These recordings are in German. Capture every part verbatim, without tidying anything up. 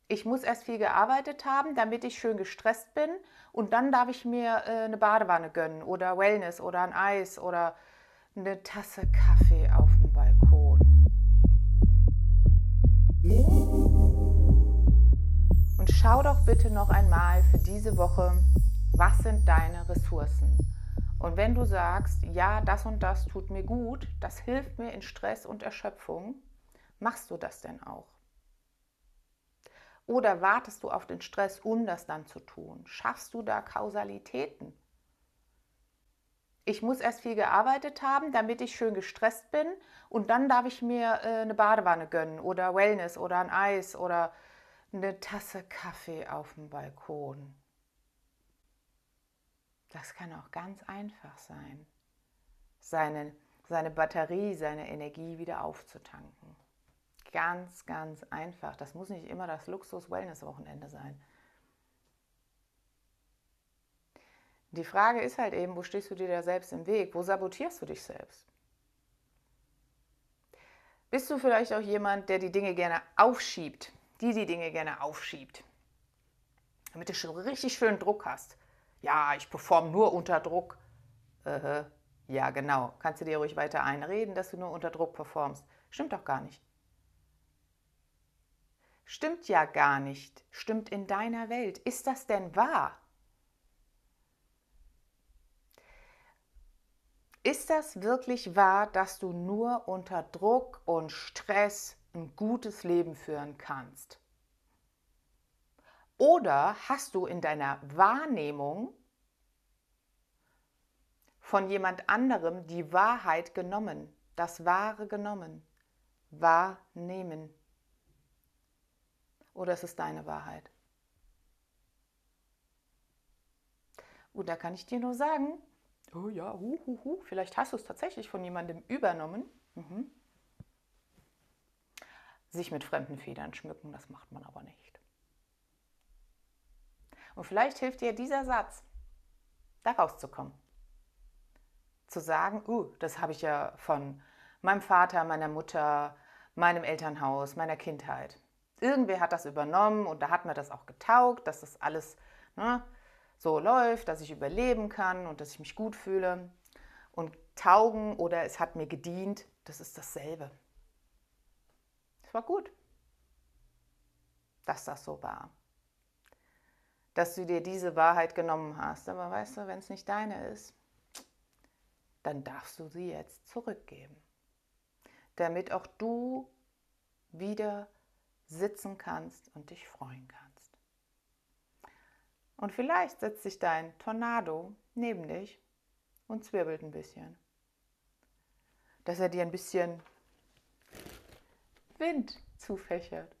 Ich muss erst viel gearbeitet haben, damit ich schön gestresst bin und dann darf ich mir äh, eine Badewanne gönnen oder Wellness oder ein Eis oder eine Tasse Kaffee auf dem Balkon. Und schau doch bitte noch einmal für diese Woche, was sind deine Ressourcen? Und wenn du sagst, ja, das und das tut mir gut, das hilft mir in Stress und Erschöpfung, machst du das denn auch? Oder wartest du auf den Stress, um das dann zu tun? Schaffst du da Kausalitäten? Ich muss erst viel gearbeitet haben, damit ich schön gestresst bin und dann darf ich mir äh, eine Badewanne gönnen oder Wellness oder ein Eis oder eine Tasse Kaffee auf dem Balkon. Das kann auch ganz einfach sein, seine, seine Batterie, seine Energie wieder aufzutanken. Ganz, ganz einfach. Das muss nicht immer das Luxus-Wellness-Wochenende sein. Die Frage ist halt eben, wo stehst du dir da selbst im Weg? Wo sabotierst du dich selbst? Bist du vielleicht auch jemand, der die Dinge gerne aufschiebt? Die die Dinge gerne aufschiebt. Damit du schon richtig schön Druck hast. Ja, ich performe nur unter Druck. Äh, ja, genau. Kannst du dir ruhig weiter einreden, dass du nur unter Druck performst. Stimmt doch gar nicht. Stimmt ja gar nicht. Stimmt in deiner Welt. Ist das denn wahr? Ist das wirklich wahr, dass du nur unter Druck und Stress ein gutes Leben führen kannst? Oder hast du in deiner Wahrnehmung von jemand anderem die Wahrheit genommen, das Wahre genommen? Wahrnehmen. Oder ist es deine Wahrheit? Und da kann ich dir nur sagen, oh ja, hu, hu, hu, vielleicht hast du es tatsächlich von jemandem übernommen. Mhm. Sich mit fremden Federn schmücken, das macht man aber nicht. Und vielleicht hilft dir dieser Satz, da rauszukommen. Zu sagen, uh, das habe ich ja von meinem Vater, meiner Mutter, meinem Elternhaus, meiner Kindheit. Irgendwer hat das übernommen und da hat mir das auch getaugt, dass das alles ne, so läuft, dass ich überleben kann und dass ich mich gut fühle. Und taugen oder es hat mir gedient, das ist dasselbe. Es war gut, dass das so war. Dass du dir diese Wahrheit genommen hast. Aber weißt du, wenn es nicht deine ist, dann darfst du sie jetzt zurückgeben. Damit auch du wieder sitzen kannst und dich freuen kannst. Und vielleicht setzt sich dein Tornado neben dich und zwirbelt ein bisschen. Dass er dir ein bisschen Wind zufächert.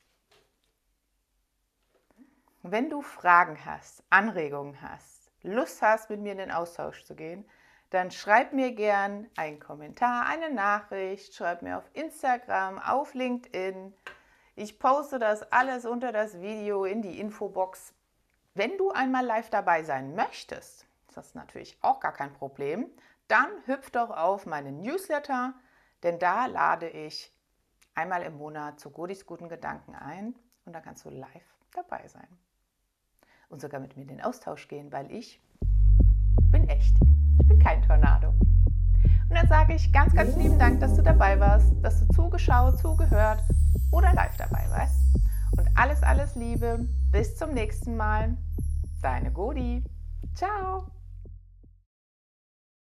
Wenn du Fragen hast, Anregungen hast, Lust hast, mit mir in den Austausch zu gehen, dann schreib mir gern einen Kommentar, eine Nachricht, schreib mir auf Instagram, auf LinkedIn. Ich poste das alles unter das Video in die Infobox. Wenn du einmal live dabei sein möchtest, ist das natürlich auch gar kein Problem, dann hüpf doch auf meinen Newsletter, denn da lade ich einmal im Monat zu Godis guten Gedanken ein und da kannst du live dabei sein. Und sogar mit mir in den Austausch gehen, weil ich bin echt. Ich bin kein Tornado. Und dann sage ich ganz, ganz lieben Dank, dass du dabei warst, dass du zugeschaut, zugehört oder live dabei warst. Und alles, alles Liebe. Bis zum nächsten Mal. Deine Godi. Ciao.